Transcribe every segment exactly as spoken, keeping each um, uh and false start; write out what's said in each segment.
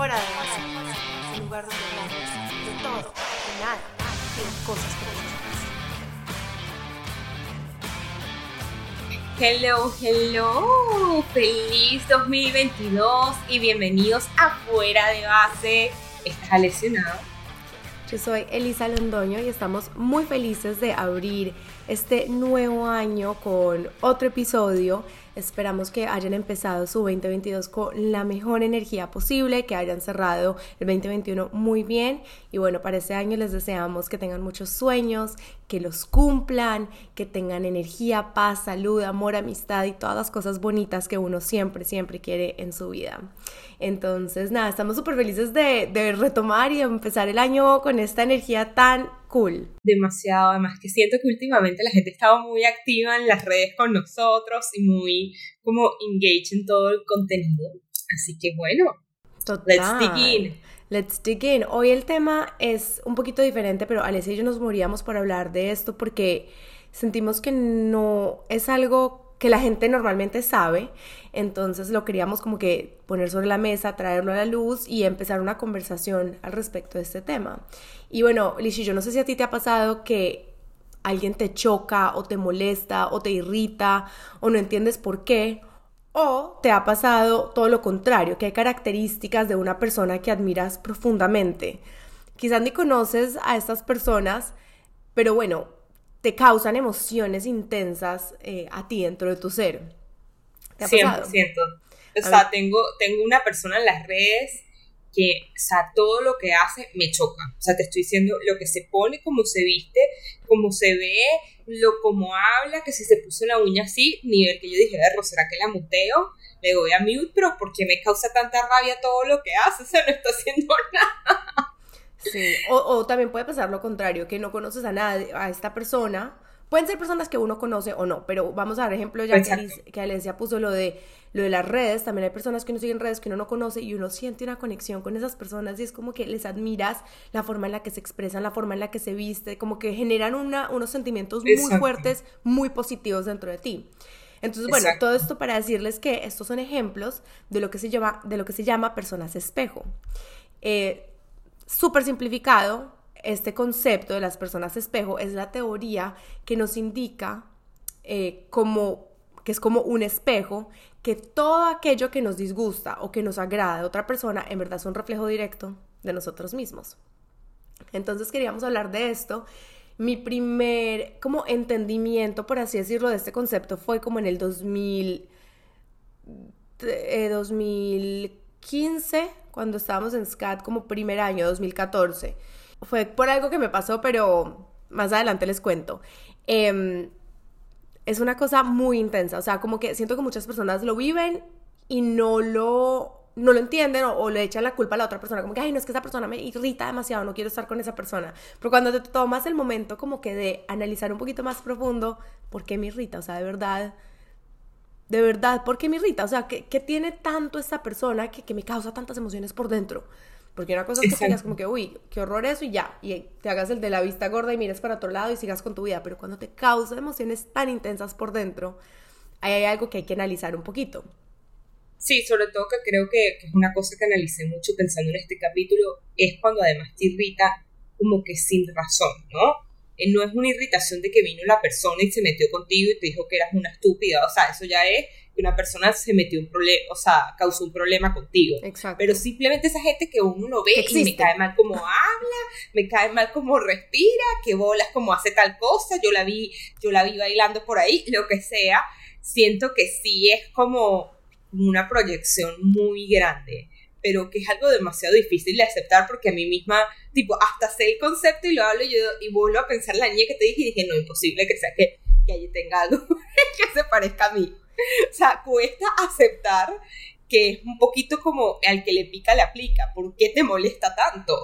Fuera de base, un lugar donde hablamos de todo, de nada y de cosas pequeñas. Hello, hello, feliz dos mil veintidós y bienvenidos a Fuera de Base. ¿Estás lesionado? Yo soy Elisa Londoño y estamos muy felices de abrir este nuevo año con otro episodio. Esperamos que hayan empezado su veinte veintidós con la mejor energía posible, que hayan cerrado el veinte veintiuno muy bien. Y bueno, para este año les deseamos que tengan muchos sueños, que los cumplan, que tengan energía, paz, salud, amor, amistad y todas las cosas bonitas que uno siempre, siempre quiere en su vida. Entonces, nada, estamos súper felices de, de retomar y de empezar el año con esta energía tan cool. Demasiado, además que siento que últimamente la gente estaba muy activa en las redes con nosotros y muy como engaged en todo el contenido. Así que bueno, Total. let's dig in. Let's dig in. Hoy el tema es un poquito diferente, pero Alessia y yo nos moríamos por hablar de esto porque sentimos que no es algo que la gente normalmente sabe, entonces lo queríamos como que poner sobre la mesa, traerlo a la luz y empezar una conversación al respecto de este tema. Y bueno, Lishi, yo no sé si a ti te ha pasado que alguien te choca o te molesta o te irrita o no entiendes por qué, o te ha pasado todo lo contrario, que hay características de una persona que admiras profundamente. Quizás ni conoces a estas personas, pero bueno, te causan emociones intensas eh, a ti dentro de tu ser. ¿Te ha pasado? cien por ciento. O sea, tengo, tengo una persona en las redes que, o sea, todo lo que hace me choca. O sea, te estoy diciendo lo que se pone, cómo se viste, cómo se ve, lo cómo habla, que si se puso la uña así, nivel que yo dije, ¿verdad? ¿Será que la muteo? Le doy a mute, pero ¿por qué me causa tanta rabia todo lo que hace? O sea, no está haciendo nada. Sí, o, o también puede pasar lo contrario, que no conoces a nadie, a esta persona. Pueden ser personas que uno conoce o no, pero vamos a dar ejemplo ya que, Alice, que Alessia puso lo de, lo de las redes. También hay personas que uno sigue en redes que uno no conoce y uno siente una conexión con esas personas y es como que les admiras la forma en la que se expresan, la forma en la que se viste, como que generan una, unos sentimientos muy Exacto. fuertes, muy positivos dentro de ti. Entonces, bueno, Exacto. todo esto para decirles que estos son ejemplos de lo que se llama, de lo que se llama personas espejo. Eh, súper simplificado, este concepto de las personas espejo es la teoría que nos indica eh, como, que es como un espejo, que todo aquello que nos disgusta o que nos agrada de otra persona en verdad es un reflejo directo de nosotros mismos. Entonces queríamos hablar de esto. Mi primer como entendimiento, por así decirlo, de este concepto fue como en el dos mil, eh, dos mil quince, cuando estábamos en S C A D como primer año, dos mil catorce. Fue por algo que me pasó, pero más adelante les cuento. Eh, es una cosa muy intensa, o sea, como que siento que muchas personas lo viven y no lo, no lo entienden o, o le echan la culpa a la otra persona, como que, ay, no, es que esa persona me irrita demasiado, no quiero estar con esa persona. Pero cuando te tomas el momento como que de analizar un poquito más profundo, ¿por qué me irrita? O sea, de verdad... De verdad, ¿por qué me irrita? O sea, ¿qué, qué tiene tanto esta persona que, que me causa tantas emociones por dentro? Porque una cosa es que te digas como que, uy, qué horror eso y ya. Y te hagas el de la vista gorda y mires para otro lado y sigas con tu vida. Pero cuando te causa emociones tan intensas por dentro, ahí hay algo que hay que analizar un poquito. Sí, sobre todo que creo que, que es una cosa que analicé mucho pensando en este capítulo, es cuando además te irrita como que sin razón, ¿no? No es una irritación de que vino la persona y se metió contigo y te dijo que eras una estúpida, o sea, eso ya es que una persona se metió un problema, o sea, causó un problema contigo. Exacto. Pero simplemente esa gente que uno lo ve Existe. Y me cae mal como habla, me cae mal como respira, que bolas como hace tal cosa, yo la vi, yo la vi bailando por ahí, lo que sea, siento que sí es como una proyección muy grande, pero que es algo demasiado difícil de aceptar porque a mí misma, tipo, hasta sé el concepto y lo hablo y, yo, y vuelvo a pensar en la niña que te dije y dije, no, imposible que sea que, que allí tenga algo que se parezca a mí. O sea, cuesta aceptar que es un poquito como al que le pica le aplica. ¿Por qué te molesta tanto?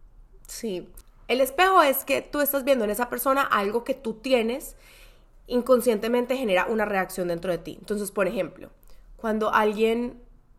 Sí. El espejo es que tú estás viendo en esa persona algo que tú tienes, inconscientemente genera una reacción dentro de ti. Entonces, por ejemplo, cuando alguien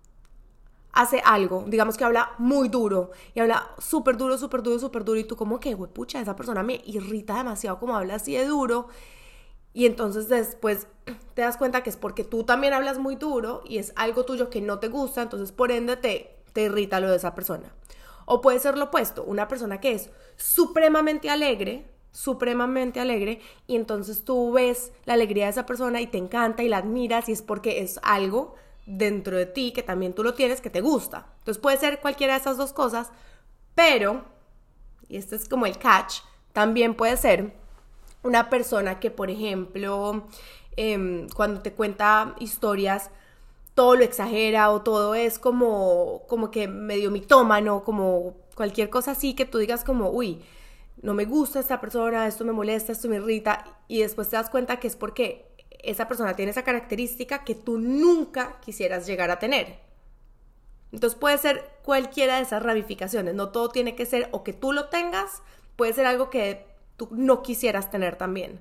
hace algo, digamos que habla muy duro y habla súper duro, súper duro, súper duro y tú como que, güey, pucha, esa persona me irrita demasiado como habla así de duro y entonces después te das cuenta que es porque tú también hablas muy duro y es algo tuyo que no te gusta, entonces por ende te, te irrita lo de esa persona. O puede ser lo opuesto, una persona que es supremamente alegre, supremamente alegre, y entonces tú ves la alegría de esa persona y te encanta y la admiras y es porque es algo dentro de ti que también tú lo tienes que te gusta. Entonces puede ser cualquiera de esas dos cosas, pero, y este es como el catch, también puede ser una persona que, por ejemplo, eh, cuando te cuenta historias, todo lo exagera o todo es como, como que medio mitómano, como cualquier cosa así que tú digas como, uy, no me gusta esta persona, esto me molesta, esto me irrita, y después te das cuenta que es porque esa persona tiene esa característica que tú nunca quisieras llegar a tener. Entonces puede ser cualquiera de esas ramificaciones, no todo tiene que ser o que tú lo tengas, puede ser algo que tú no quisieras tener también.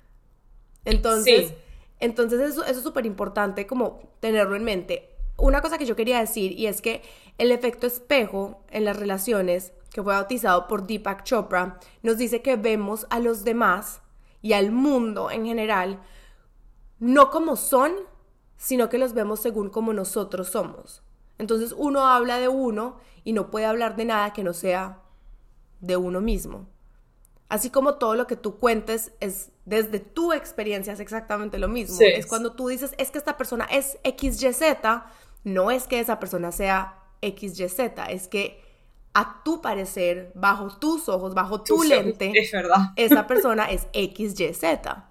Entonces, sí. entonces eso, eso es súper importante como tenerlo en mente. Una cosa que yo quería decir, y es que el efecto espejo en las relaciones, que fue bautizado por Deepak Chopra, nos dice que vemos a los demás y al mundo en general no como son, sino que los vemos según como nosotros somos. Entonces uno habla de uno y no puede hablar de nada que no sea de uno mismo. Así como todo lo que tú cuentes es desde tu experiencia, es exactamente lo mismo. Sí. Es cuando tú dices, es que esta persona es equis ye zeta, no es que esa persona sea equis ye zeta, es que a tu parecer, bajo tus ojos, bajo tu lente, es verdad. Esa persona es equis ye zeta.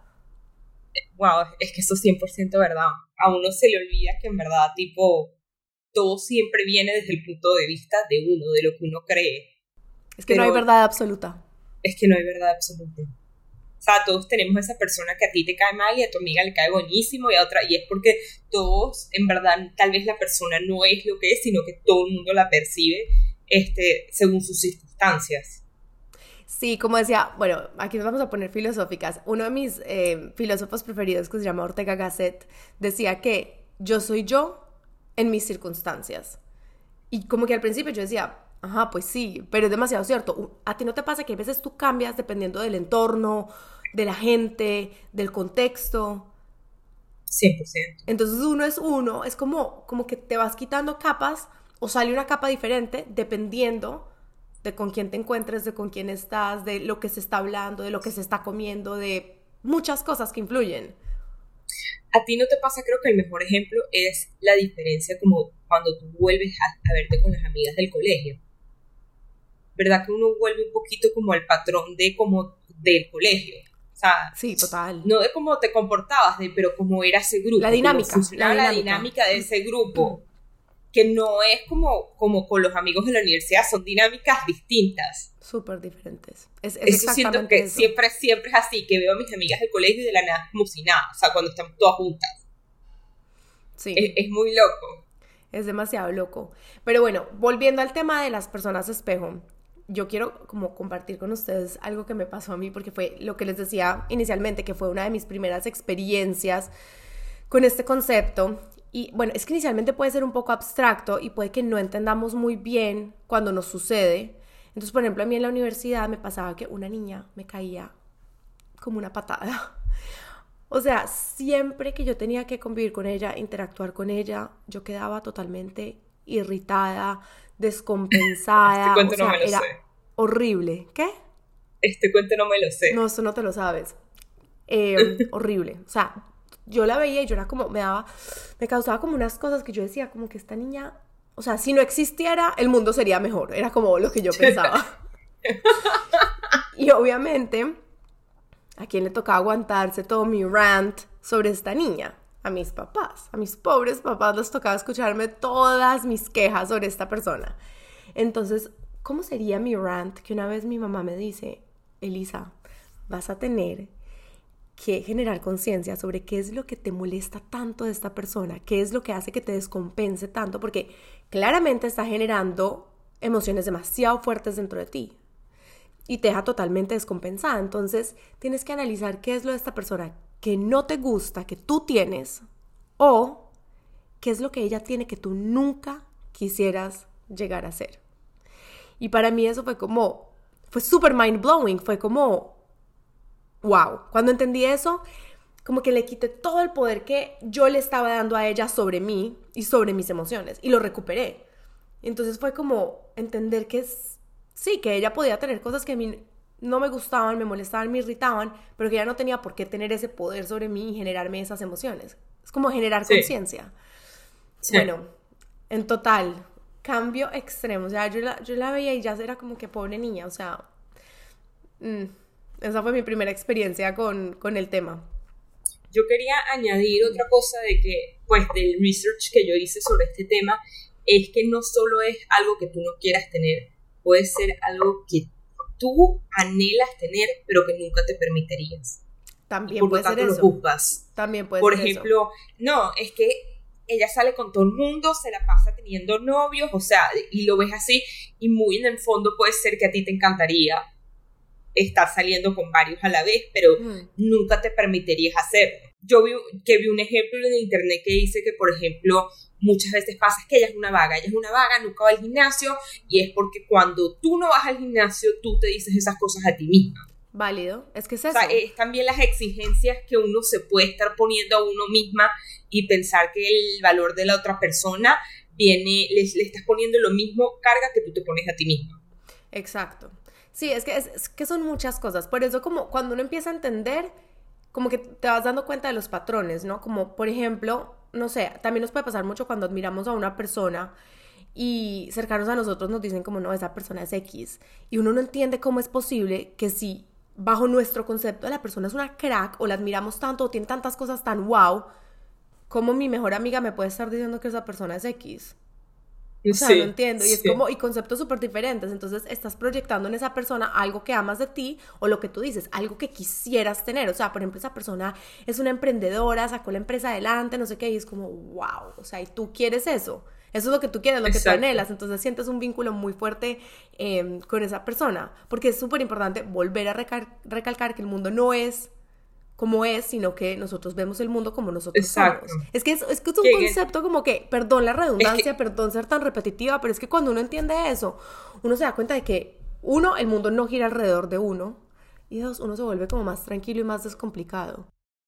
Wow, es que eso es cien por ciento verdad. A uno se le olvida que en verdad, tipo, todo siempre viene desde el punto de vista de uno, de lo que uno cree. Es que Pero no hay verdad absoluta. Es que no hay verdad absoluta. O sea, todos tenemos esa persona que a ti te cae mal y a tu amiga le cae buenísimo y a otra, y es porque todos, en verdad, tal vez la persona no es lo que es, sino que todo el mundo la percibe este, según sus circunstancias. Sí, como decía, bueno, aquí nos vamos a poner filosóficas. Uno de mis eh, filósofos preferidos, que se llama Ortega Gasset, decía que yo soy yo en mis circunstancias. Y como que al principio yo decía, ajá, pues sí, pero es demasiado cierto. ¿A ti no te pasa que a veces tú cambias dependiendo del entorno, de la gente, del contexto? cien por ciento. Entonces uno es uno, es como, como que te vas quitando capas o sale una capa diferente dependiendo de con quién te encuentres, de con quién estás, de lo que se está hablando, de lo que se está comiendo, de muchas cosas que influyen. ¿A ti no te pasa? Creo que el mejor ejemplo es la diferencia como cuando tú vuelves a, a verte con las amigas del colegio. ¿Verdad que uno vuelve un poquito como al patrón de como del colegio? O sea, sí, total. No de cómo te comportabas, de, pero cómo era ese grupo. La dinámica. La dinámica. la dinámica de ese grupo. Que no es como, como con los amigos de la universidad, son dinámicas distintas. Súper diferentes. Es, es eso siento que eso. Siempre, siempre es así, que veo a mis amigas del colegio y de la nada como si nada, o sea, cuando están todas juntas. Sí. Es, es muy loco. Es demasiado loco. Pero bueno, volviendo al tema de las personas espejo, yo quiero como compartir con ustedes algo que me pasó a mí, porque fue lo que les decía inicialmente, que fue una de mis primeras experiencias con este concepto. Y bueno, es que inicialmente puede ser un poco abstracto y puede que no entendamos muy bien cuando nos sucede. Entonces, por ejemplo, a mí en la universidad me pasaba que una niña me caía como una patada. O sea, siempre que yo tenía que convivir con ella, interactuar con ella, yo quedaba totalmente irritada, descompensada. Este cuento o sea, no me lo era sé. Horrible. ¿Qué? Este cuento no me lo sé. No, eso no te lo sabes. Eh, horrible. O sea, yo la veía y yo era como, me daba, me causaba como unas cosas que yo decía, como que esta niña, o sea, si no existiera, el mundo sería mejor. Era como lo que yo pensaba. Y obviamente, ¿a quién le tocaba aguantarse todo mi rant sobre esta niña? A mis papás, a mis pobres papás les tocaba escucharme todas mis quejas sobre esta persona. Entonces, ¿cómo sería mi rant? Que una vez mi mamá me dice, Elisa, vas a tener que generar conciencia sobre qué es lo que te molesta tanto de esta persona, qué es lo que hace que te descompense tanto, porque claramente está generando emociones demasiado fuertes dentro de ti y te deja totalmente descompensada. Entonces tienes que analizar qué es lo de esta persona que no te gusta, que tú tienes, o qué es lo que ella tiene que tú nunca quisieras llegar a ser. Y para mí eso fue como, fue súper mind blowing, fue como wow, cuando entendí eso, como que le quité todo el poder que yo le estaba dando a ella sobre mí y sobre mis emociones, y lo recuperé. Entonces fue como entender que es, sí, que ella podía tener cosas que a mí no me gustaban, me molestaban, me irritaban, pero que ella no tenía por qué tener ese poder sobre mí y generarme esas emociones. Es como generar Sí. conciencia. Sí. Bueno, en total, cambio extremo. O sea, yo la, yo la veía y ya era como que pobre niña. O sea, mmm, esa fue mi primera experiencia con, con el tema. Yo quería añadir otra cosa de que, pues, del research que yo hice sobre este tema, es que no solo es algo que tú no quieras tener, puede ser algo que tú anhelas tener, pero que nunca te permitirías. También y por puede lo tanto ser lo eso. juzgas. También puede por ser ejemplo, eso. no, es que ella sale con todo el mundo, se la pasa teniendo novios, o sea, y lo ves así, y muy en el fondo puede ser que a ti te encantaría estar saliendo con varios a la vez, pero mm. nunca te permitirías hacerlo. Yo vi que vi un ejemplo en internet que dice que, por ejemplo, muchas veces pasa que ella es una vaga, ella es una vaga, nunca va al gimnasio, y es porque cuando tú no vas al gimnasio, tú te dices esas cosas a ti misma. Válido, es que es eso. O sea, es también las exigencias que uno se puede estar poniendo a uno misma y pensar que el valor de la otra persona viene, le, le estás poniendo lo mismo carga que tú te pones a ti misma. Exacto. Sí, es que, es, es que son muchas cosas. Por eso, como cuando uno empieza a entender, como que te vas dando cuenta de los patrones, ¿no? Como, por ejemplo, no sé, también nos puede pasar mucho cuando admiramos a una persona y cercanos a nosotros nos dicen como, no, esa persona es X. Y uno no entiende cómo es posible que si bajo nuestro concepto la persona es una crack o la admiramos tanto o tiene tantas cosas tan wow, ¿cómo mi mejor amiga me puede estar diciendo que esa persona es X? O sea, sí, no entiendo. Y sí. es como, y conceptos súper diferentes. Entonces estás proyectando en esa persona algo que amas de ti o lo que tú dices, algo que quisieras tener. O sea, por ejemplo, esa persona es una emprendedora, sacó la empresa adelante, no sé qué, y es como, wow. O sea, y tú quieres eso. Eso es lo que tú quieres, lo Exacto. que tú anhelas. Entonces sientes un vínculo muy fuerte eh, con esa persona. Porque es súper importante volver a recal- recalcar que el mundo no es como es, sino que nosotros vemos el mundo como nosotros Exacto. somos. Es que es, es, que es un ¿Qué? concepto como que, perdón la redundancia, es que... perdón ser tan repetitiva, pero es que cuando uno entiende eso, uno se da cuenta de que, uno, el mundo no gira alrededor de uno, y dos, uno se vuelve como más tranquilo y más descomplicado.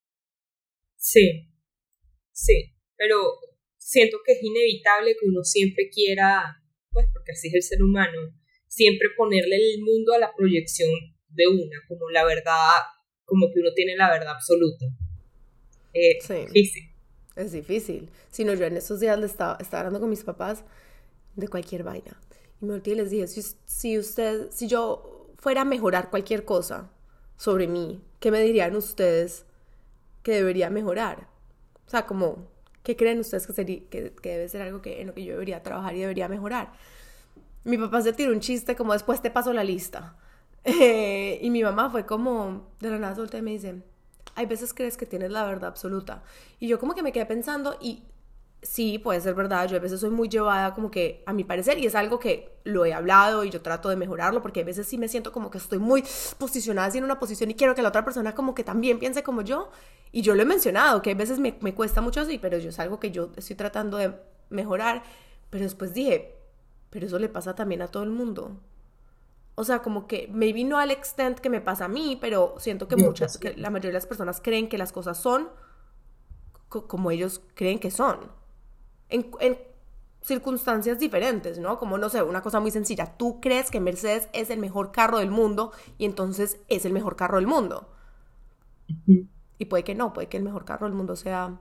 Sí, sí, pero siento que es inevitable que uno siempre quiera, pues porque así es el ser humano, siempre ponerle el mundo a la proyección de una, como la verdad... como que uno tiene la verdad absoluta. Eh, sí. Es difícil. Es difícil. Si no, yo en estos días le estaba, estaba hablando con mis papás de cualquier vaina. Y me volteé y les dije, si, si usted, si yo fuera a mejorar cualquier cosa sobre mí, ¿qué me dirían ustedes que debería mejorar? O sea, como, ¿qué creen ustedes que, sería, que, que debe ser algo que, en lo que yo debería trabajar y debería mejorar? Mi papá se tiró un chiste como, después te paso la lista. Eh, y mi mamá fue como de la nada solta y me dice, hay veces crees que tienes la verdad absoluta, y yo como que me quedé pensando y sí, puede ser verdad, yo a veces soy muy llevada como que a mi parecer, y es algo que lo he hablado y yo trato de mejorarlo, porque a veces sí me siento como que estoy muy posicionada así en una posición y quiero que la otra persona como que también piense como yo, y yo lo he mencionado, que a veces me, me cuesta mucho así, pero yo es algo que yo estoy tratando de mejorar. Pero después dije, pero eso le pasa también a todo el mundo. O sea, como que maybe no al extent que me pasa a mí, pero siento que, muchas, que la mayoría de las personas creen que las cosas son co- como ellos creen que son. En, en circunstancias diferentes, ¿no? Como, no sé, una cosa muy sencilla. Tú crees que Mercedes es el mejor carro del mundo y entonces es el mejor carro del mundo. Uh-huh. Y puede que no, puede que el mejor carro del mundo sea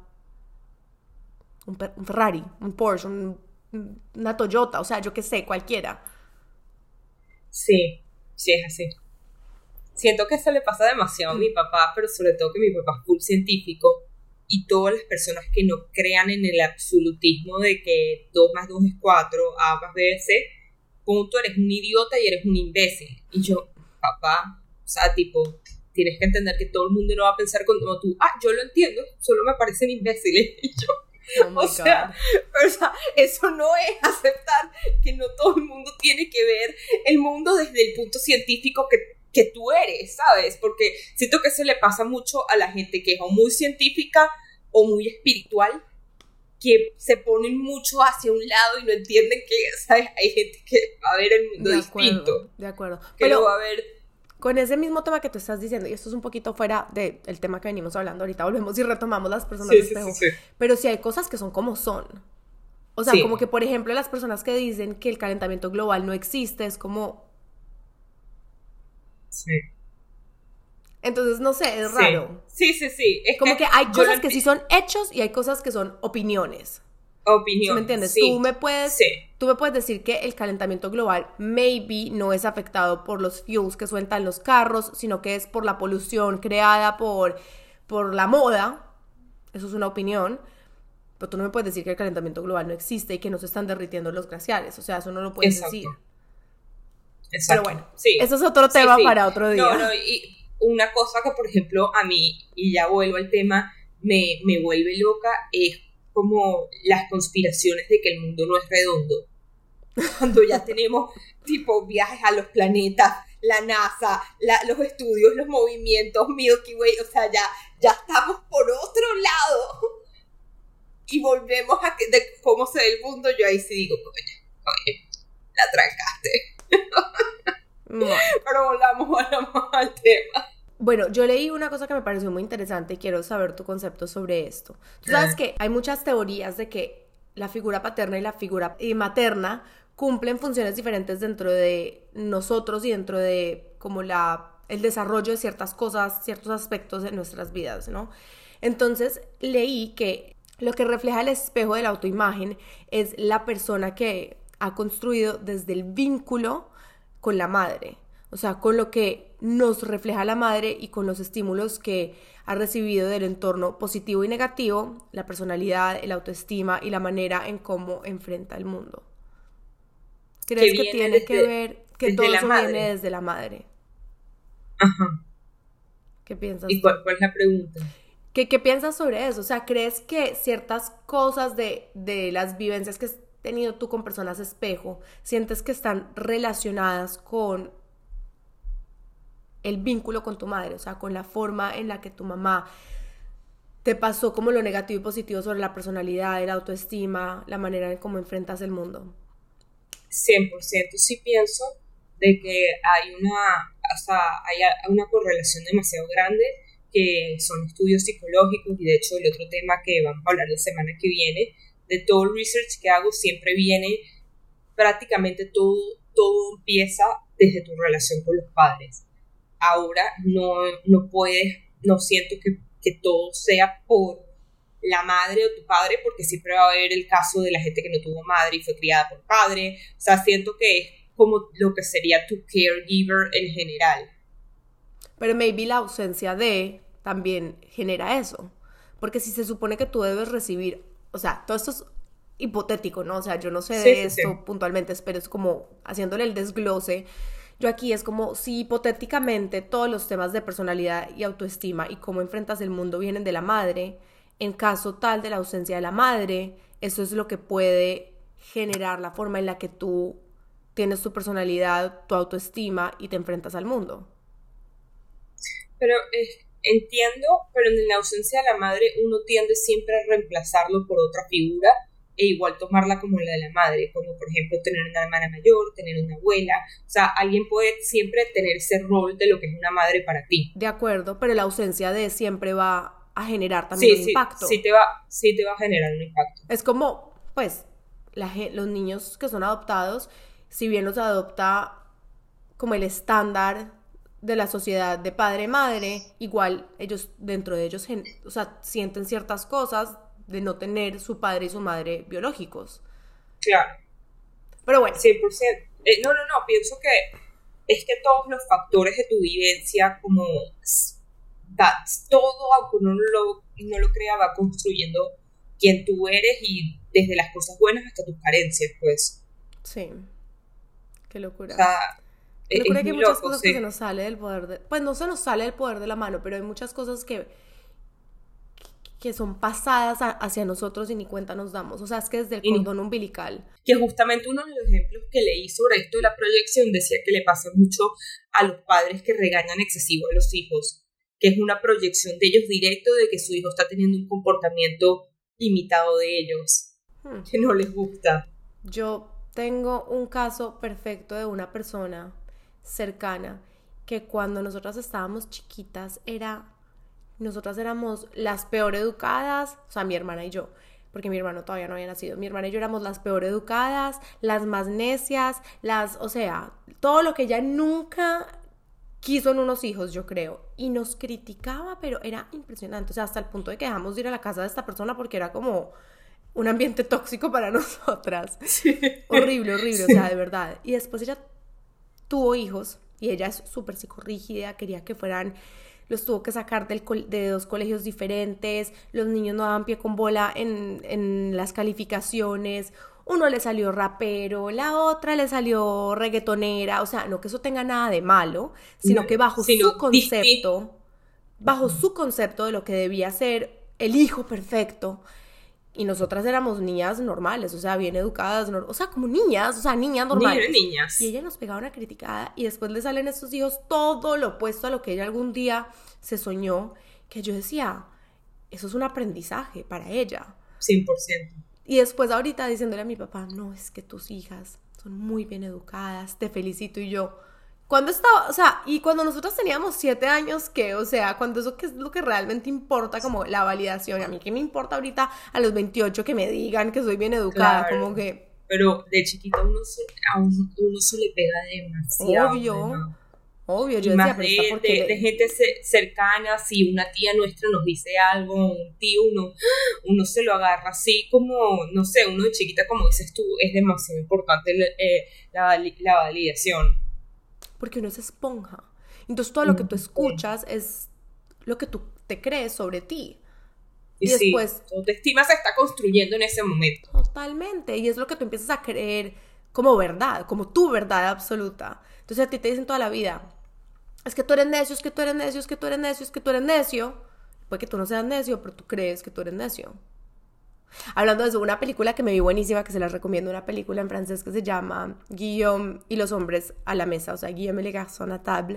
un, un Ferrari, un Porsche, un, una Toyota, o sea, yo qué sé, cualquiera. Sí, sí es así. Siento que eso le pasa demasiado a mi papá, pero sobre todo que mi papá es full científico y todas las personas que no crean en el absolutismo de que dos más dos es cuatro, A más B es C, punto, eres un idiota y eres un imbécil. Y yo, papá, o sea, tipo, tienes que entender que todo el mundo no va a pensar como tú. Ah, yo lo entiendo, solo me parecen imbéciles. Y yo... Oh o, sea, o sea, eso no es aceptar que no todo el mundo tiene que ver el mundo desde el punto científico que, que tú eres, ¿sabes? Porque siento que se le pasa mucho a la gente que es o muy científica o muy espiritual, que se ponen mucho hacia un lado y no entienden que, ¿sabes? Hay gente que va a ver el mundo de distinto. Acuerdo, de acuerdo. Que Pero... lo va a ver... Con ese mismo tema que tú estás diciendo, y esto es un poquito fuera del tema que venimos hablando, ahorita volvemos y retomamos las personas sí, de espejo, sí, sí, sí. Pero sí hay cosas que son como son. O sea, Sí. como que, por ejemplo, las personas que dicen que el calentamiento global no existe, es como... Sí. Entonces, no sé, es Sí. raro. Sí, sí, sí. Es Como que que hay yo lo cosas que sí son hechos y hay cosas que son opiniones. ¿Sí me opiniones, entiendes? Tú sí. me puedes, Sí. tú me puedes decir que el calentamiento global maybe no es afectado por los fuels que sueltan los carros, sino que es por la polución creada por, por la moda. Eso es una opinión. Pero tú no me puedes decir que el calentamiento global no existe y que no se están derritiendo los glaciares. O sea, eso no lo puedes decir. Exacto. Pero Exacto. bueno, Sí. eso es otro Sí, tema sí. para otro No, día. no, y una cosa que, por ejemplo, a mí, y ya vuelvo al tema, me, me vuelve loca, es como las conspiraciones de que el mundo no es redondo. Cuando ya tenemos, tipo, viajes a los planetas, la NASA, la, los estudios, los movimientos, Milky Way, o sea, ya, ya estamos por otro lado. Y volvemos a que, de cómo se ve el mundo, yo ahí sí digo, oye, oye, la trancaste. Bueno. Pero volvamos, volvamos al tema. Bueno, yo leí una cosa que me pareció muy interesante y quiero saber tu concepto sobre esto. Tú sabes que hay muchas teorías de que la figura paterna y la figura materna cumplen funciones diferentes dentro de nosotros y dentro de como la, el desarrollo de ciertas cosas, ciertos aspectos de nuestras vidas, ¿no? Entonces leí que lo que refleja el espejo de la autoimagen es la persona que ha construido desde el vínculo con la madre, o sea, con lo que nos refleja la madre y con los estímulos que ha recibido del entorno positivo y negativo, la personalidad, el autoestima y la manera en cómo enfrenta el mundo. ¿Crees que, que tiene desde, que ver que todo eso madre. viene desde la madre? Ajá. ¿Qué piensas? ¿Y cuál, cuál es la pregunta? ¿Qué, ¿Qué piensas sobre eso? O sea, ¿crees que ciertas cosas de, de las vivencias que has tenido tú con personas espejo, sientes que están relacionadas con el vínculo con tu madre? O sea, con la forma en la que tu mamá te pasó como lo negativo y positivo sobre la personalidad, la autoestima, la manera en cómo enfrentas el mundo. cien por ciento sí pienso de que hay una, o sea, hay una correlación demasiado grande, que son estudios psicológicos, y de hecho el otro tema que vamos a hablar la semana que viene, de todo el research que hago, siempre viene, prácticamente todo, todo empieza desde tu relación con los padres. Ahora no, no puedes, no siento que, que todo sea por la madre o tu padre, porque siempre va a haber el caso de la gente que no tuvo madre y fue criada por padre. O sea, siento que es como lo que sería tu caregiver en general. Pero maybe la ausencia de también genera eso, porque si se supone que tú debes recibir, o sea, todo esto es hipotético, ¿no? O sea, yo no sé de sí, esto sí. puntualmente, pero es como haciéndole el desglose. Yo aquí es como si hipotéticamente todos los temas de personalidad y autoestima y cómo enfrentas el mundo vienen de la madre, en caso tal de la ausencia de la madre, eso es lo que puede generar la forma en la que tú tienes tu personalidad, tu autoestima y te enfrentas al mundo. Pero eh, entiendo, pero en la ausencia de la madre uno tiende siempre a reemplazarlo por otra figura e igual tomarla como la de la madre, como por ejemplo tener una hermana mayor, tener una abuela. O sea, alguien puede siempre tener ese rol de lo que es una madre para ti. De acuerdo, pero la ausencia de siempre va a generar también sí, un sí, impacto. Sí te, va, sí te va a generar un impacto. Es como, pues, la, los niños que son adoptados, si bien los adopta como el estándar de la sociedad de padre-madre, igual ellos, dentro de ellos, o sea, sienten ciertas cosas de no tener su padre y su madre biológicos. Claro. Pero bueno. cien por ciento. Eh, no, no, no, pienso que es que todos los factores de tu vivencia, como that, todo, aunque uno no lo, no lo crea, va construyendo quién tú eres, y desde las cosas buenas hasta tus carencias, pues. Sí. Qué locura. O sea, Qué locura es que hay muy muchas loco, cosas sí. que se nos sale del poder de... Pues no se nos sale del poder de la mano, pero hay muchas cosas que que son pasadas a, hacia nosotros y ni cuenta nos damos. O sea, es que desde el cordón umbilical. Que justamente uno de los ejemplos que leí sobre esto de la proyección decía que le pasa mucho a los padres que regañan excesivo a los hijos, que es una proyección de ellos directo de que su hijo está teniendo un comportamiento imitado de ellos, hmm. que no les gusta. Yo tengo un caso perfecto de una persona cercana que cuando nosotras estábamos chiquitas era... Nosotras éramos las peor educadas, o sea, mi hermana y yo, porque mi hermano todavía no había nacido. Mi hermana y yo éramos las peor educadas, las más necias, las, o sea, todo lo que ella nunca quiso en unos hijos, yo creo. Y nos criticaba, pero era impresionante. O sea, hasta el punto de que dejamos de ir a la casa de esta persona porque era como un ambiente tóxico para nosotras. Sí. Horrible, horrible, sí. O sea, de verdad. Y después ella tuvo hijos y ella es súper psicorrígida, quería que fueran... Los tuvo que sacar del co- de dos colegios diferentes, los niños no daban pie con bola en, en las calificaciones, uno le salió rapero, la otra le salió reggaetonera, o sea, no que eso tenga nada de malo, sino no, que bajo sino su concepto, bajo su concepto de lo que debía ser el hijo perfecto, y nosotras éramos niñas normales, o sea, bien educadas, no, o sea, como niñas, o sea, niñas normales. Niñas, niñas. Y ella nos pegaba una criticada y después le salen estos hijos todo lo opuesto a lo que ella algún día se soñó, que yo decía, eso es un aprendizaje para ella. cien por ciento. Y después ahorita diciéndole a mi papá, no, es que tus hijas son muy bien educadas, te felicito. Y yo, cuando estaba, o sea, y cuando nosotros teníamos siete años, ¿qué? O sea, cuando eso que es lo que realmente importa, como la validación. A mí, ¿qué me importa ahorita a los veintiocho que me digan que soy bien educada? Claro, como que... Pero de chiquita uno se, a uno, uno se le pega demasiado. Obvio, ¿no? obvio. Yo y decía, más pero de, está porque... de, de gente cercana, si una tía nuestra nos dice algo, un tío, uno, uno se lo agarra así como, no sé, uno de chiquita, como dices tú, es demasiado importante eh, la, la validación. Porque uno es esponja. Entonces todo lo que tú escuchas es lo que tú te crees sobre ti. Y, y después... Sí, tu autoestima se está construyendo en ese momento. Totalmente. Y es lo que tú empiezas a creer como verdad, como tu verdad absoluta. Entonces a ti te dicen toda la vida, es que tú eres necio, es que tú eres necio, es que tú eres necio, es que tú eres necio. Puede que tú no seas necio, pero tú crees que tú eres necio. Hablando de eso, una película que me vi buenísima, que se las recomiendo, una película en francés que se llama Guillaume y los hombres a la mesa, o sea, Guillaume et les garçons à table.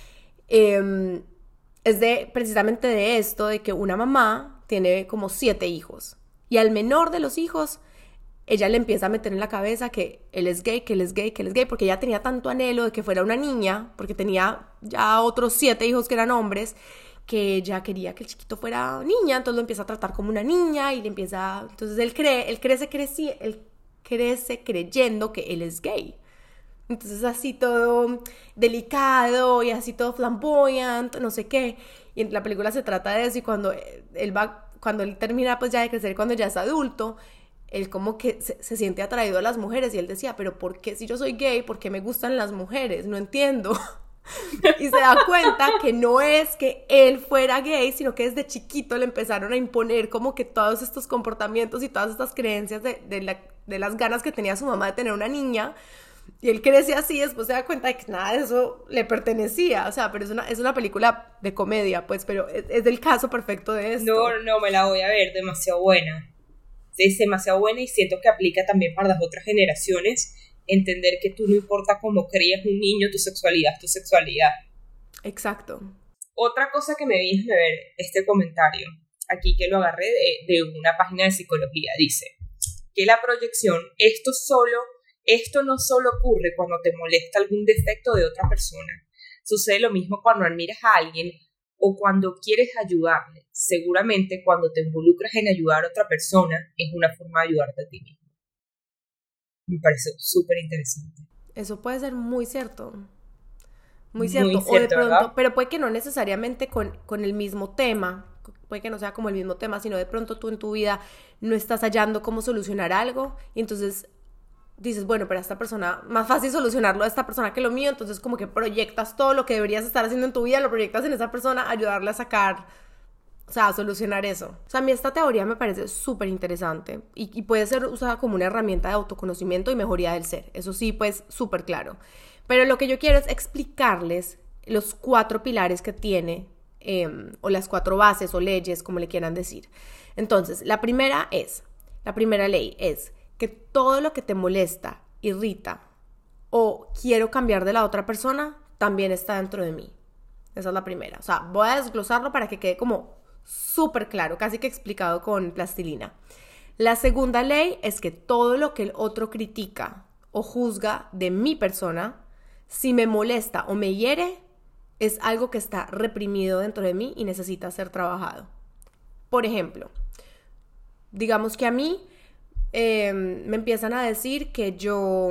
Eh, es de, precisamente de esto, de que una mamá tiene como siete hijos, y al menor de los hijos, ella le empieza a meter en la cabeza que él es gay, que él es gay, que él es gay, porque ella tenía tanto anhelo de que fuera una niña, porque tenía ya otros siete hijos que eran hombres, que ella quería que el chiquito fuera niña, entonces lo empieza a tratar como una niña y le empieza... Entonces él cree, él crece, crece, él crece creyendo que él es gay. Entonces así todo delicado y así todo flamboyant, no sé qué. Y en la película se trata de eso y cuando él va, cuando él termina pues ya de crecer, cuando ya es adulto, él como que se, se siente atraído a las mujeres y él decía, pero ¿por qué si yo soy gay? ¿Por qué me gustan las mujeres? No entiendo. Y se da cuenta que no es que él fuera gay, sino que desde chiquito le empezaron a imponer como que todos estos comportamientos y todas estas creencias de, de, la, de las ganas que tenía su mamá de tener una niña, y él crece así, después se da cuenta de que nada de eso le pertenecía, o sea, pero es una, es una película de comedia, pues, pero es, es del caso perfecto de esto. No, no, me la voy a ver, demasiado buena, es demasiado buena y siento que aplica también para las otras generaciones. Entender que tú no importa cómo crías un niño, tu sexualidad es tu sexualidad. Exacto. Otra cosa que me vino de ver este comentario, aquí que lo agarré de, de una página de psicología, dice que la proyección, esto solo, esto no solo ocurre cuando te molesta algún defecto de otra persona. Sucede lo mismo cuando admiras a alguien o cuando quieres ayudarle. Seguramente cuando te involucras en ayudar a otra persona es una forma de ayudarte a ti mismo. Me parece súper interesante. Eso puede ser muy cierto. Muy cierto. Muy cierto, o de pronto, ¿verdad? Pero puede que no necesariamente con, con el mismo tema. Puede que no sea como el mismo tema, sino de pronto tú en tu vida no estás hallando cómo solucionar algo. Y entonces dices, bueno, pero a esta persona, más fácil solucionarlo a esta persona que lo mío. Entonces como que proyectas todo lo que deberías estar haciendo en tu vida, lo proyectas en esa persona, ayudarle a sacar... O sea, solucionar eso. O sea, a mí esta teoría me parece súper interesante y, y puede ser usada como una herramienta de autoconocimiento y mejoría del ser. Eso sí, pues, súper claro. Pero lo que yo quiero es explicarles los cuatro pilares que tiene, eh, o las cuatro bases o leyes, como le quieran decir. Entonces, la primera es, la primera ley es que todo lo que te molesta, irrita o quiero cambiar de la otra persona, también está dentro de mí. Esa es la primera. O sea, voy a desglosarlo para que quede como... súper claro, casi que explicado con plastilina. La segunda ley es que todo lo que el otro critica o juzga de mi persona, si me molesta o me hiere, es algo que está reprimido dentro de mí y necesita ser trabajado. Por ejemplo, digamos que a mí eh, me empiezan a decir que yo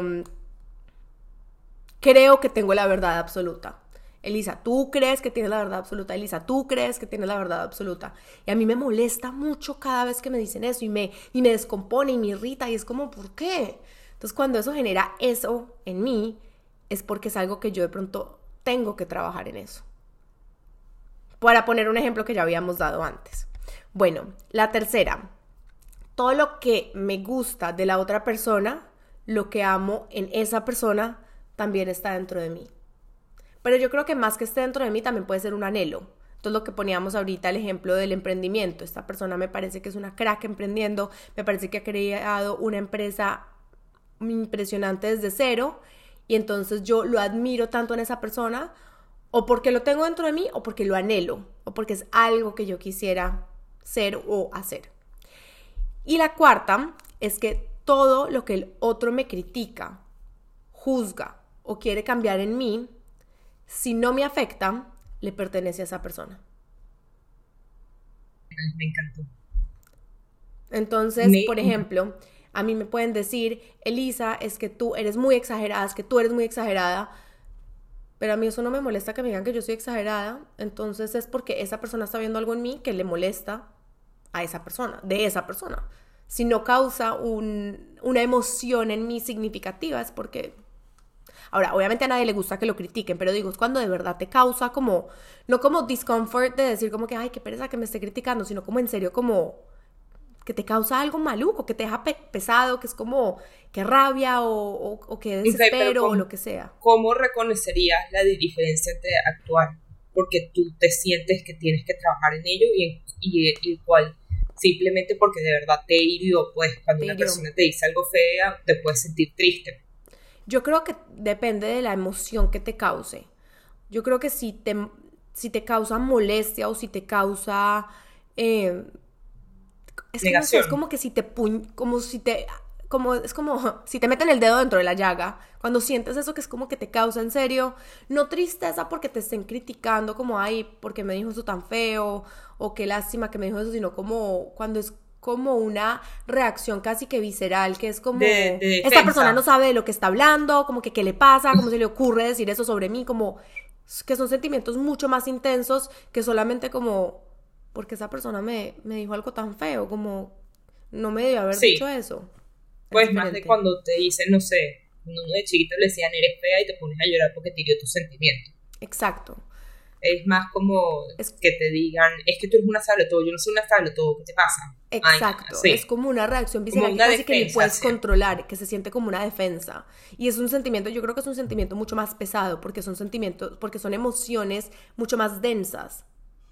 creo que tengo la verdad absoluta. Elisa, tú crees que tienes la verdad absoluta. Elisa, tú crees que tienes la verdad absoluta. Y a mí me molesta mucho cada vez que me dicen eso y me, y me descompone y me irrita y es como, ¿por qué? Entonces cuando eso genera eso en mí es porque es algo que yo de pronto tengo que trabajar en eso. Para poner un ejemplo que ya habíamos dado antes. Bueno, la tercera. Todo lo que me gusta de la otra persona, lo que amo en esa persona, también está dentro de mí. Pero yo creo que más que esté dentro de mí también puede ser un anhelo. Entonces lo que poníamos ahorita, el ejemplo del emprendimiento. Esta persona me parece que es una crack emprendiendo, me parece que ha creado una empresa impresionante desde cero y entonces yo lo admiro tanto en esa persona o porque lo tengo dentro de mí o porque lo anhelo o porque es algo que yo quisiera ser o hacer. Y la cuarta es que todo lo que el otro me critica, juzga o quiere cambiar en mí, si no me afecta, le pertenece a esa persona. Me encantó. Entonces, me... por ejemplo, a mí me pueden decir, Elisa, es que tú eres muy exagerada, es que tú eres muy exagerada, pero a mí eso no me molesta que me digan que yo soy exagerada, entonces es porque esa persona está viendo algo en mí que le molesta a esa persona, de esa persona. Si no causa un, una emoción en mí significativa, es porque... Ahora, obviamente a nadie le gusta que lo critiquen, pero digo, es cuando de verdad te causa como, no como discomfort de decir como que, ay, qué pereza que me esté criticando, sino como en serio como que te causa algo maluco, que te deja pe- pesado, que es como, que rabia o, o, o que desespero okay, o lo que sea. ¿Cómo reconocerías la diferencia entre actuar? Porque tú te sientes que tienes que trabajar en ello y, y, y igual, simplemente porque de verdad te hirió, pues cuando te una hirió. Persona te dice algo fea, te puedes sentir triste. Yo creo que depende de la emoción que te cause. Yo creo que si te, si te causa molestia o si te causa... Eh, es, que no sé, es como que si te... Pu- como si te... Como, es como si te meten el dedo dentro de la llaga. Cuando sientes eso que es como que te causa en serio, no tristeza porque te estén criticando como, ay, porque me dijo eso tan feo o qué lástima que me dijo eso, sino como cuando es como una reacción casi que visceral, que es como, de, de esta persona no sabe de lo que está hablando, como que qué le pasa, cómo se le ocurre decir eso sobre mí, como que son sentimientos mucho más intensos que solamente como, porque esa persona me, me dijo algo tan feo, como no me debió haber sí. dicho eso. Pues más de cuando te dicen, no sé, cuando uno de chiquito le decían eres fea y te pones a llorar porque te hirió tus sentimientos. Exacto. Es más como es, que te digan, es que tú eres una sabretodo, yo no soy una sabretodo, ¿qué te pasa? Exacto, Ay, sí. Es como una reacción visceral una que casi defensa, que ni puedes sí. controlar, que se siente como una defensa. Y es un sentimiento, yo creo que es un sentimiento mucho más pesado, porque son sentimientos, porque son emociones mucho más densas,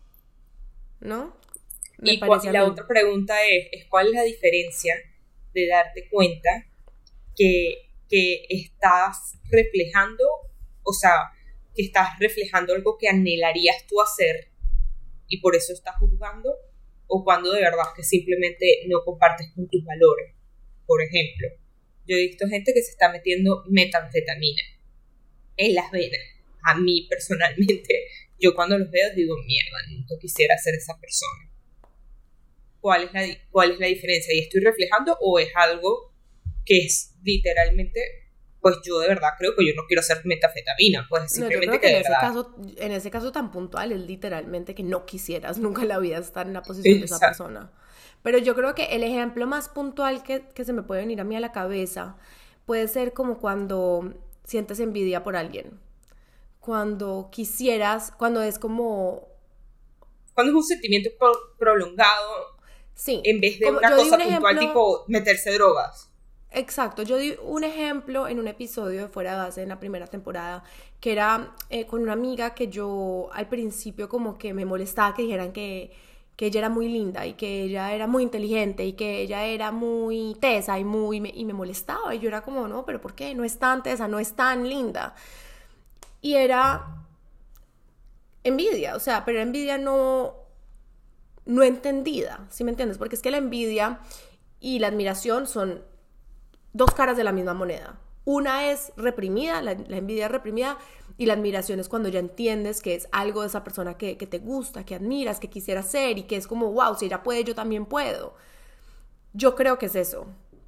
¿no? Me y cuál, la otra pregunta es, es, ¿cuál es la diferencia de darte cuenta que, que estás reflejando, o sea, que estás reflejando algo que anhelarías tú hacer y por eso estás juzgando, o cuando de verdad que simplemente no compartes con tus valores? Por ejemplo, yo he visto gente que se está metiendo metanfetamina en las venas. A mí personalmente, yo cuando los veo digo, mierda, nunca quisiera ser esa persona. ¿Cuál es la, cuál es la diferencia? ¿Y estoy reflejando o es algo que es literalmente... Pues yo de verdad creo que yo no quiero hacer metanfetamina, pues simplemente no, yo creo que, que de en verdad... Ese caso, en ese caso tan puntual es literalmente que no quisieras nunca en la vida estar en la posición Exacto. de esa persona. Pero yo creo que el ejemplo más puntual que, que se me puede venir a mí a la cabeza puede ser como cuando sientes envidia por alguien. Cuando quisieras, cuando es como... Cuando es un sentimiento pro- prolongado, sí. en vez de como, una cosa un puntual ejemplo... tipo meterse drogas. Exacto, yo di un ejemplo en un episodio de Fuera de Base en la primera temporada, que era eh, con una amiga que yo al principio como que me molestaba que dijeran que, que ella era muy linda y que ella era muy inteligente y que ella era muy tesa y, muy, me, y me molestaba y yo era como, no, pero ¿por qué? No es tan tesa, no es tan linda. Y era envidia, o sea, pero era envidia no, no entendida, ¿sí me entiendes? Porque es que la envidia y la admiración son... dos caras de la misma moneda. Una es reprimida, la, la envidia es reprimida, y la admiración es cuando ya entiendes que es algo de esa persona que, que te gusta, que admiras, que quisieras ser, y que es como, wow, si ella puede, yo también puedo. Yo creo que es eso.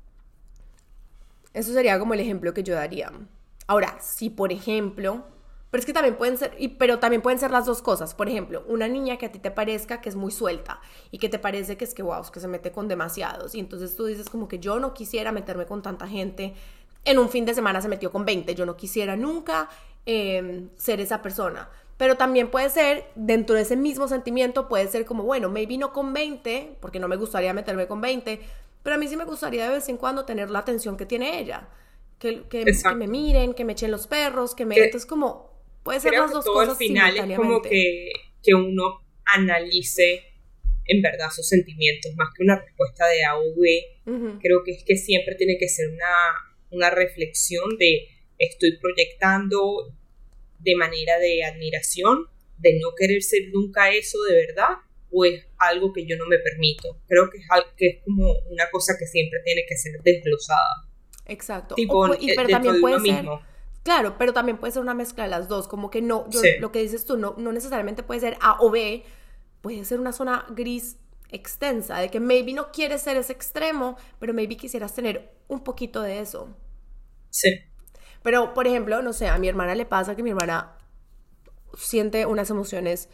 Eso sería como el ejemplo que yo daría. Ahora, si por ejemplo, pero es que también pueden ser, y, pero también pueden ser las dos cosas. Por ejemplo, una niña que a ti te parezca que es muy suelta y que te parece que es que, wow, es que se mete con demasiados. Y entonces tú dices como que yo no quisiera meterme con tanta gente. En un fin de semana se metió con veinte. Yo no quisiera nunca eh, ser esa persona. Pero también puede ser, dentro de ese mismo sentimiento, puede ser como, bueno, maybe no con veinte, porque no me gustaría meterme con veinte, pero a mí sí me gustaría de vez en cuando tener la atención que tiene ella. Que, que, que me miren, que me echen los perros, que me... Que, entonces como, puede ser las dos cosas al final es como que, que uno analice en verdad sus sentimientos, más que una respuesta de A o B. Uh-huh. Creo que es que siempre tiene que ser una, una reflexión de estoy proyectando de manera de admiración, de no querer ser nunca eso de verdad, o es algo que yo no me permito. Creo que es, algo, que es como una cosa que siempre tiene que ser desglosada. Exacto. Tipo, o, y, pero también puede ser, mismo. Claro, pero también puede ser una mezcla de las dos, como que no, yo, sí. lo que dices tú, no, no necesariamente puede ser A o B, puede ser una zona gris extensa, de que maybe no quieres ser ese extremo, pero maybe quisieras tener un poquito de eso. Sí. Pero, por ejemplo, no sé, a mi hermana le pasa que mi hermana siente unas emociones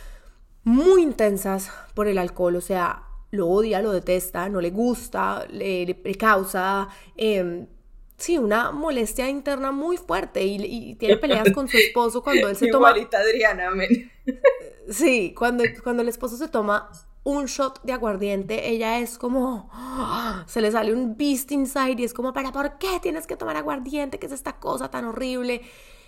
muy intensas por el alcohol, o sea, lo odia, lo detesta, no le gusta, le, le, le causa, eh, sí, una molestia interna muy fuerte y, y tiene peleas con su esposo cuando él se toma... Igualita Adriana, amén. Sí, cuando, cuando el esposo se toma un shot de aguardiente, ella es como, ¡oh! Se le sale un beast inside y es como, ¿para por qué tienes que tomar aguardiente? ¿Qué es esta cosa tan horrible?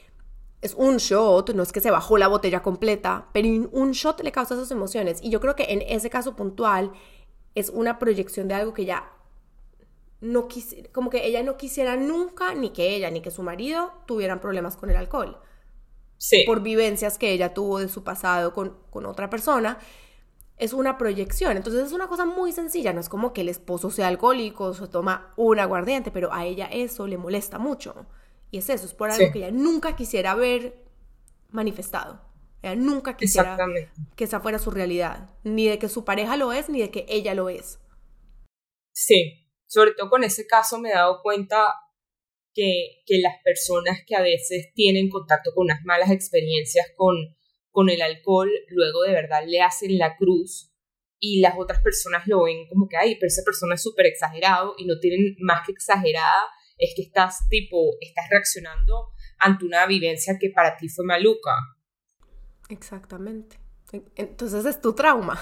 Es un shot, no es que se bajó la botella completa, pero un shot le causa esas emociones. Y yo creo que en ese caso puntual es una proyección de algo que ya no quisiera, como que ella no quisiera nunca, ni que ella ni que su marido tuvieran problemas con el alcohol. Sí. Por vivencias que ella tuvo de su pasado con, con otra persona. Es una proyección, entonces es una cosa muy sencilla, no es como que el esposo sea alcohólico, se toma un aguardiente, pero a ella eso le molesta mucho, y es eso, es por algo sí. que ella nunca quisiera ver manifestado, ella nunca quisiera que esa fuera su realidad, ni de que su pareja lo es, ni de que ella lo es. Sí, sobre todo con ese caso me he dado cuenta que, que las personas que a veces tienen contacto con unas malas experiencias con con el alcohol, luego de verdad le hacen la cruz y las otras personas lo ven como que, ay, pero esa persona es súper exagerado y no tienen más que exagerada, es que estás tipo, estás reaccionando ante una vivencia que para ti fue maluca. Exactamente. Entonces es tu trauma.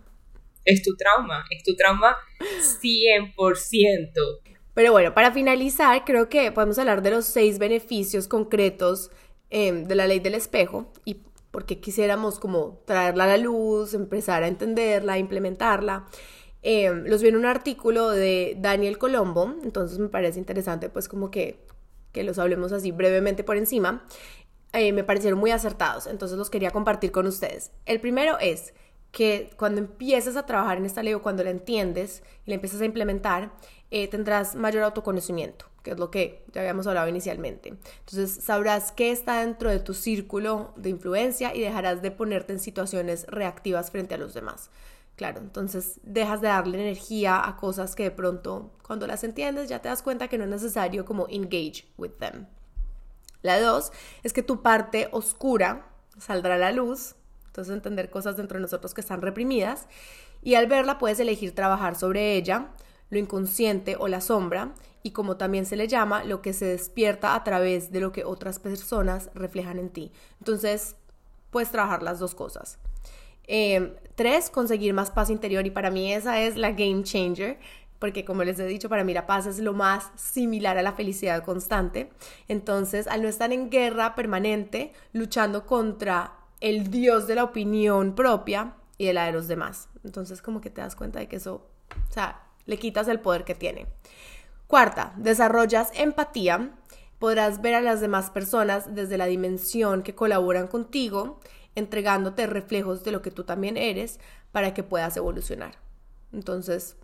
Es tu trauma, es tu trauma cien por ciento. Pero bueno, para finalizar, creo que podemos hablar de los seis beneficios concretos eh, de la ley del espejo y porque quisiéramos como traerla a la luz, empezar a entenderla, implementarla. Eh, los vi en un artículo de Daniel Colombo, entonces me parece interesante pues como que, que los hablemos así brevemente por encima. Eh, me parecieron muy acertados, entonces los quería compartir con ustedes. El primero es que cuando empieces a trabajar en esta ley o cuando la entiendes y la empiezas a implementar, eh, tendrás mayor autoconocimiento, que es lo que ya habíamos hablado inicialmente. Entonces sabrás qué está dentro de tu círculo de influencia y dejarás de ponerte en situaciones reactivas frente a los demás. Claro, entonces dejas de darle energía a cosas que de pronto cuando las entiendes ya te das cuenta que no es necesario como engage with them. La dos es que tu parte oscura saldrá a la luz, entonces entender cosas dentro de nosotros que están reprimidas y al verla puedes elegir trabajar sobre ella, lo inconsciente o la sombra, y como también se le llama, lo que se despierta a través de lo que otras personas reflejan en ti. Entonces, puedes trabajar las dos cosas. Eh, tres, conseguir más paz interior, y para mí esa es la game changer, porque como les he dicho, para mí la paz es lo más similar a la felicidad constante. Entonces, al no estar en guerra permanente, luchando contra el dios de la opinión propia y de la de los demás. Entonces, como que te das cuenta de que eso, o sea, le quitas el poder que tiene. Cuarta, desarrollas empatía. Podrás ver a las demás personas desde la dimensión que colaboran contigo, entregándote reflejos de lo que tú también eres para que puedas evolucionar. Entonces,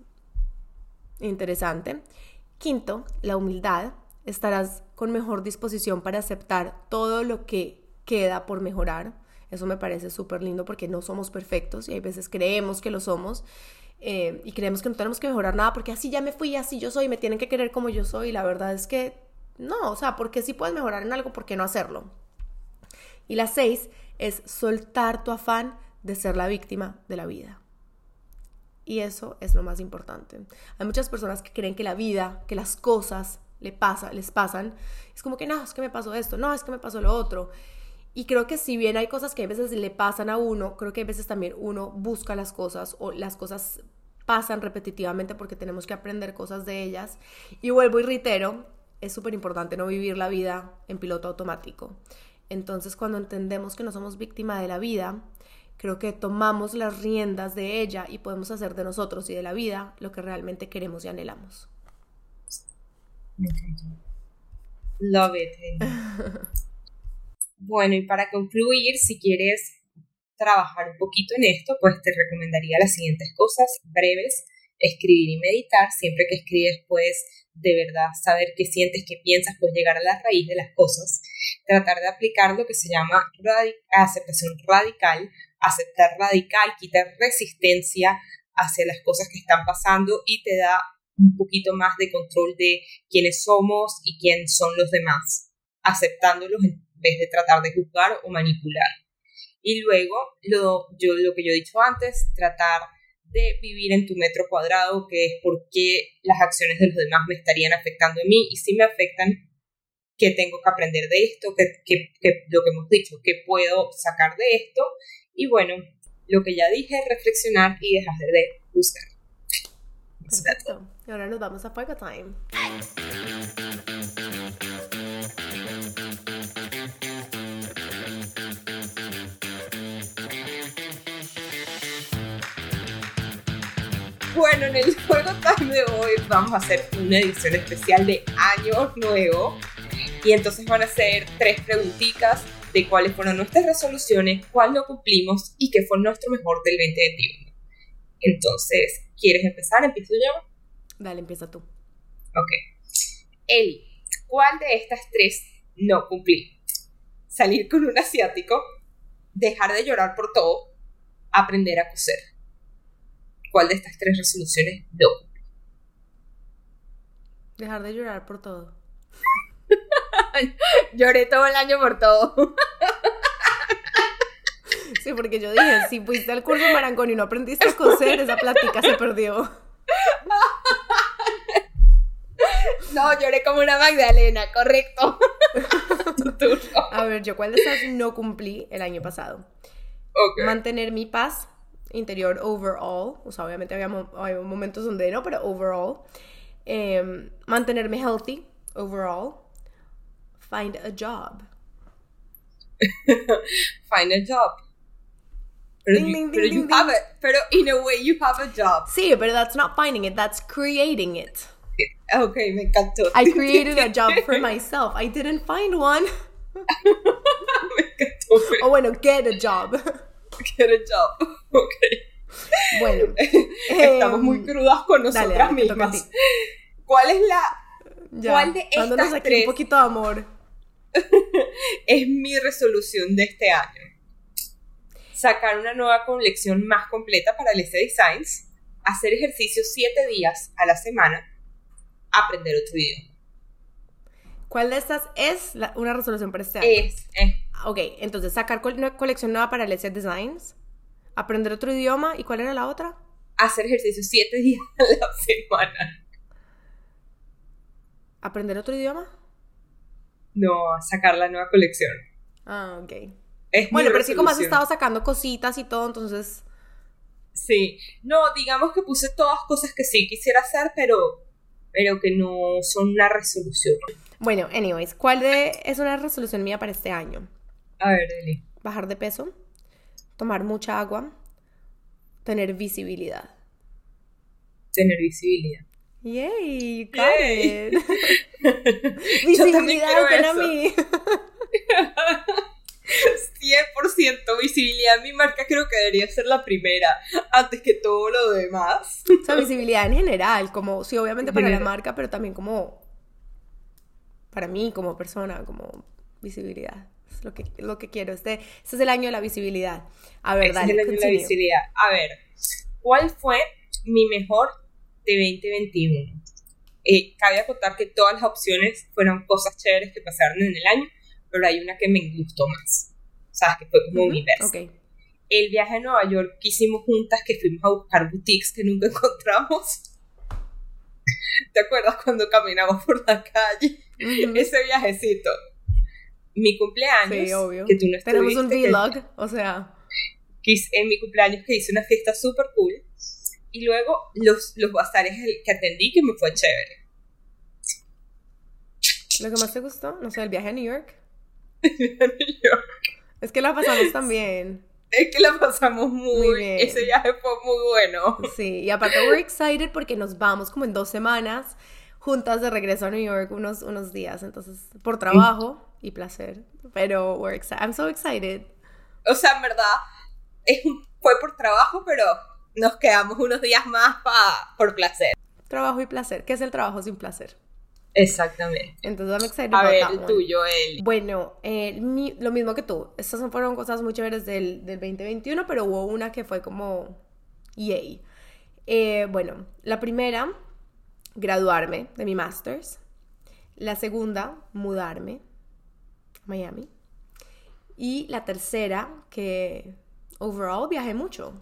interesante. Quinto, la humildad. Estarás con mejor disposición para aceptar todo lo que queda por mejorar. Eso me parece súper lindo porque no somos perfectos y hay veces creemos que lo somos. eh, y creemos que no tenemos que mejorar nada porque así ya me fui, así yo soy, me tienen que querer como yo soy. Y la verdad es que no, o sea, porque si puedes mejorar en algo, ¿por qué no hacerlo? Y la seis es soltar tu afán de ser la víctima de la vida. Y eso es lo más importante. Hay muchas personas que creen que la vida, que las cosas le pasa, les pasan. Es como que no, es que me pasó esto, no, es que me pasó lo otro. Y creo que si bien hay cosas que a veces le pasan a uno, creo que a veces también uno busca las cosas o las cosas pasan repetitivamente porque tenemos que aprender cosas de ellas. Y vuelvo y reitero, es súper importante no vivir la vida en piloto automático. Entonces, cuando entendemos que no somos víctima de la vida, creo que tomamos las riendas de ella y podemos hacer de nosotros y de la vida lo que realmente queremos y anhelamos. Love it. Bueno, y para concluir, si quieres trabajar un poquito en esto, pues te recomendaría las siguientes cosas breves: escribir y meditar. Siempre que escribes puedes de verdad saber qué sientes, qué piensas, puedes llegar a la raíz de las cosas. Tratar de aplicar lo que se llama radic- aceptación radical. Aceptar radical quita resistencia hacia las cosas que están pasando y te da un poquito más de control de quiénes somos y quién son los demás, aceptándolos en vez de tratar de juzgar o manipular. Y luego, lo, yo, lo que yo he dicho antes, tratar de vivir en tu metro cuadrado, que es por qué las acciones de los demás me estarían afectando a mí, y si me afectan, qué tengo que aprender de esto, qué, qué, qué, lo que hemos dicho, qué puedo sacar de esto. Y bueno, lo que ya dije, reflexionar y dejar de juzgar. Perfecto. Y ahora nos vamos a Fuego Time. Bueno, en el Fuego Time de hoy vamos a hacer una edición especial de Año Nuevo. Y entonces van a ser tres preguntitas de cuáles fueron nuestras resoluciones, cuál no cumplimos y qué fue nuestro mejor del veinte veintiuno. Entonces, ¿quieres empezar? ¿Empiezo yo? Dale, empieza tú. Ok. Eli, ¿cuál de estas tres no cumplí? Salir con un asiático, dejar de llorar por todo, aprender a coser. ¿Cuál de estas tres resoluciones no cumplí? Dejar de llorar por todo. Lloré todo el año por todo. Sí, porque yo dije, si fuiste al curso de Marangoni y no aprendiste a coser, esa plática se perdió. No, lloré como una Magdalena, correcto. A ver, yo cuál de esas no cumplí el año pasado. Okay. Mantener mi paz interior overall. O sea, obviamente había, mo- había momentos donde no, pero overall. Eh, mantenerme healthy overall. Find a job. Find a job. Pero, Ding, you, ding, pero ding, you ding, have ding. it. Pero in a way you have a job. Sí, but that's not finding it, that's creating it. Ok, me encantó. I created a job for myself. I didn't find one. Me encantó. O bueno, get a job. Get a job. Ok. Bueno. Estamos em, muy crudas con nosotras dale, dale, te toca a mismas. ti. ¿Cuál es la... Ya, ¿Cuál de dándonos estas aquí tres un poquito de amor. es mi resolución de este año? Sacar una nueva colección más completa para L C Designs, hacer ejercicio siete días a la semana, aprender otro idioma. ¿Cuál de estas es la- una resolución para este año? Es, es Ok, entonces sacar col- una colección nueva para L C Designs, aprender otro idioma, ¿y cuál era la otra? hacer ejercicio siete días a la semana. ¿Aprender otro idioma? No, sacar la nueva colección. Ah, ok. Es Bueno, mi pero es que como has resolución. estado sacando cositas y todo, entonces... Sí, no, digamos que puse todas cosas que sí quisiera hacer, pero, pero que no son una resolución. Bueno, anyways, ¿cuál de es una resolución mía para este año? A ver, Eli. Bajar de peso, tomar mucha agua, tener visibilidad. Tener visibilidad. Yay, you got Yay. it. Yo también Visibilidad, quiero ven a eso. mí. cien por ciento visibilidad en mi marca creo que debería ser la primera, antes que todo lo demás. O sea, visibilidad en general, como, sí, obviamente para la General. marca, pero también como para mí, como persona, como visibilidad. Es lo que, lo que quiero. Este, este es el año de la visibilidad. A ver, Ese dale, es el año de la continue. visibilidad. A ver, ¿cuál fue mi mejor de veinte veintiuno. Eh, cabe acotar que todas las opciones fueron cosas chéveres que pasaron en el año, pero hay una que me gustó más. O sea, que fue como uh-huh. mi best. Okay. El viaje a Nueva York que hicimos juntas, que fuimos a buscar boutiques que nunca encontramos. ¿Te acuerdas cuando caminamos por la calle? Uh-huh. Ese viajecito. Mi cumpleaños, sí, obvio. Que tú no estuviste. Tenemos un vlog, que, o sea... Que hice, en mi cumpleaños que hice una fiesta súper cool. Y luego los, los bazares que atendí, que me fue chévere. ¿Lo que más te gustó? No sé, el viaje a New York. El viaje a New York. Es que la pasamos también. Es que la pasamos muy, muy bien. Ese viaje fue muy bueno. Sí, y aparte we're excited porque nos vamos como en dos semanas juntas de regreso a New York unos, unos días. Entonces, por trabajo y placer. Pero we're excited. I'm so excited. O sea, en verdad, es un, fue por trabajo, pero nos quedamos unos días más pa, por placer. Trabajo y placer. ¿Qué es el trabajo sin placer? Exactamente. Entonces, I'm excited a about ver, that el one. tuyo, el... Bueno, eh, mi, lo mismo que tú. Estas fueron cosas muy chéveres del, del veinte veintiuno, pero hubo una que fue como yay. Eh, bueno, la primera, graduarme de mi master's. La segunda, mudarme a Miami. Y la tercera, que overall viajé mucho.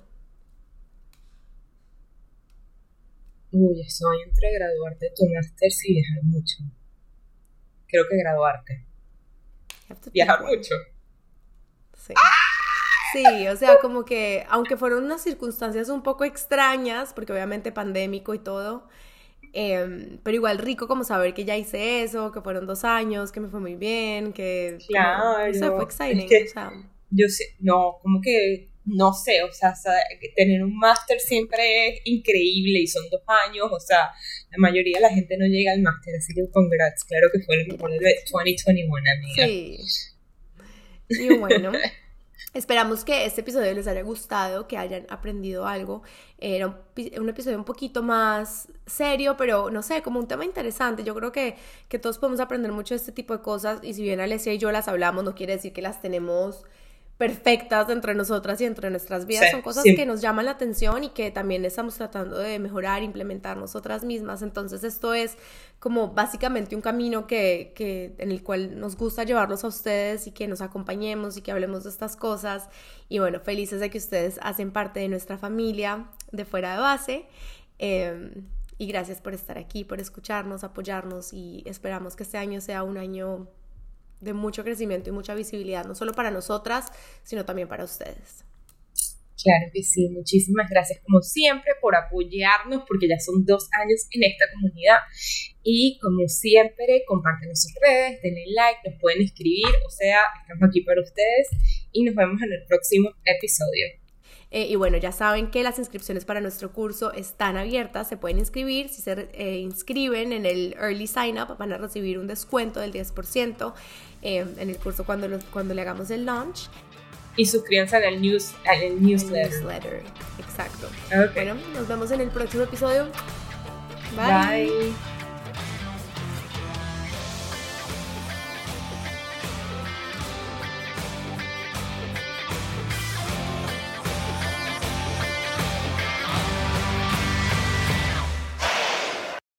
Uy, estoy entre graduarte de tu máster y viajar mucho. Creo que graduarte. Viajar mucho. Sí. Sí, o sea, como que, aunque fueron unas circunstancias un poco extrañas, porque obviamente pandémico y todo, eh, pero igual rico como saber que ya hice eso, que fueron dos años, que me fue muy bien, que... Claro. Como, o sea, fue exciting, es que o sea... Yo sé, no, como que... No sé, o sea, tener un máster siempre es increíble y son dos años, o sea, la mayoría de la gente no llega al máster, así que congrats, claro que fue lo mejor del veinte veintiuno, amiga. Sí. Y bueno, esperamos que este episodio les haya gustado, que hayan aprendido algo. Era un, un episodio un poquito más serio, pero no sé, como un tema interesante. Yo creo que, que todos podemos aprender mucho de este tipo de cosas, y si bien Alessia y yo las hablamos, no quiere decir que las tenemos perfectas entre nosotras y entre nuestras vidas. Sí, son cosas sí. que nos llaman la atención y que también estamos tratando de mejorar, implementar nosotras mismas. Entonces esto es como básicamente un camino que, que, en el cual nos gusta llevarlos a ustedes y que nos acompañemos y que hablemos de estas cosas. Y bueno, felices de que ustedes hacen parte de nuestra familia de Fuera de Base. Eh, y gracias por estar aquí, por escucharnos, apoyarnos, y esperamos que este año sea un año de mucho crecimiento y mucha visibilidad, no solo para nosotras, sino también para ustedes. Claro que sí, muchísimas gracias como siempre por apoyarnos, porque ya son dos años en esta comunidad, y como siempre comparten nuestras redes, denle like, nos pueden escribir, o sea, estamos aquí para ustedes, y nos vemos en el próximo episodio. Eh, y bueno, ya saben que las inscripciones para nuestro curso están abiertas, se pueden inscribir. Si se eh, inscriben en el Early Sign Up van a recibir un descuento del diez por ciento eh, en el curso cuando, lo, cuando le hagamos el launch. Y suscríbanse al, news, al newsletter. El newsletter, exacto. Okay. Bueno, nos vemos en el próximo episodio. Bye. Bye.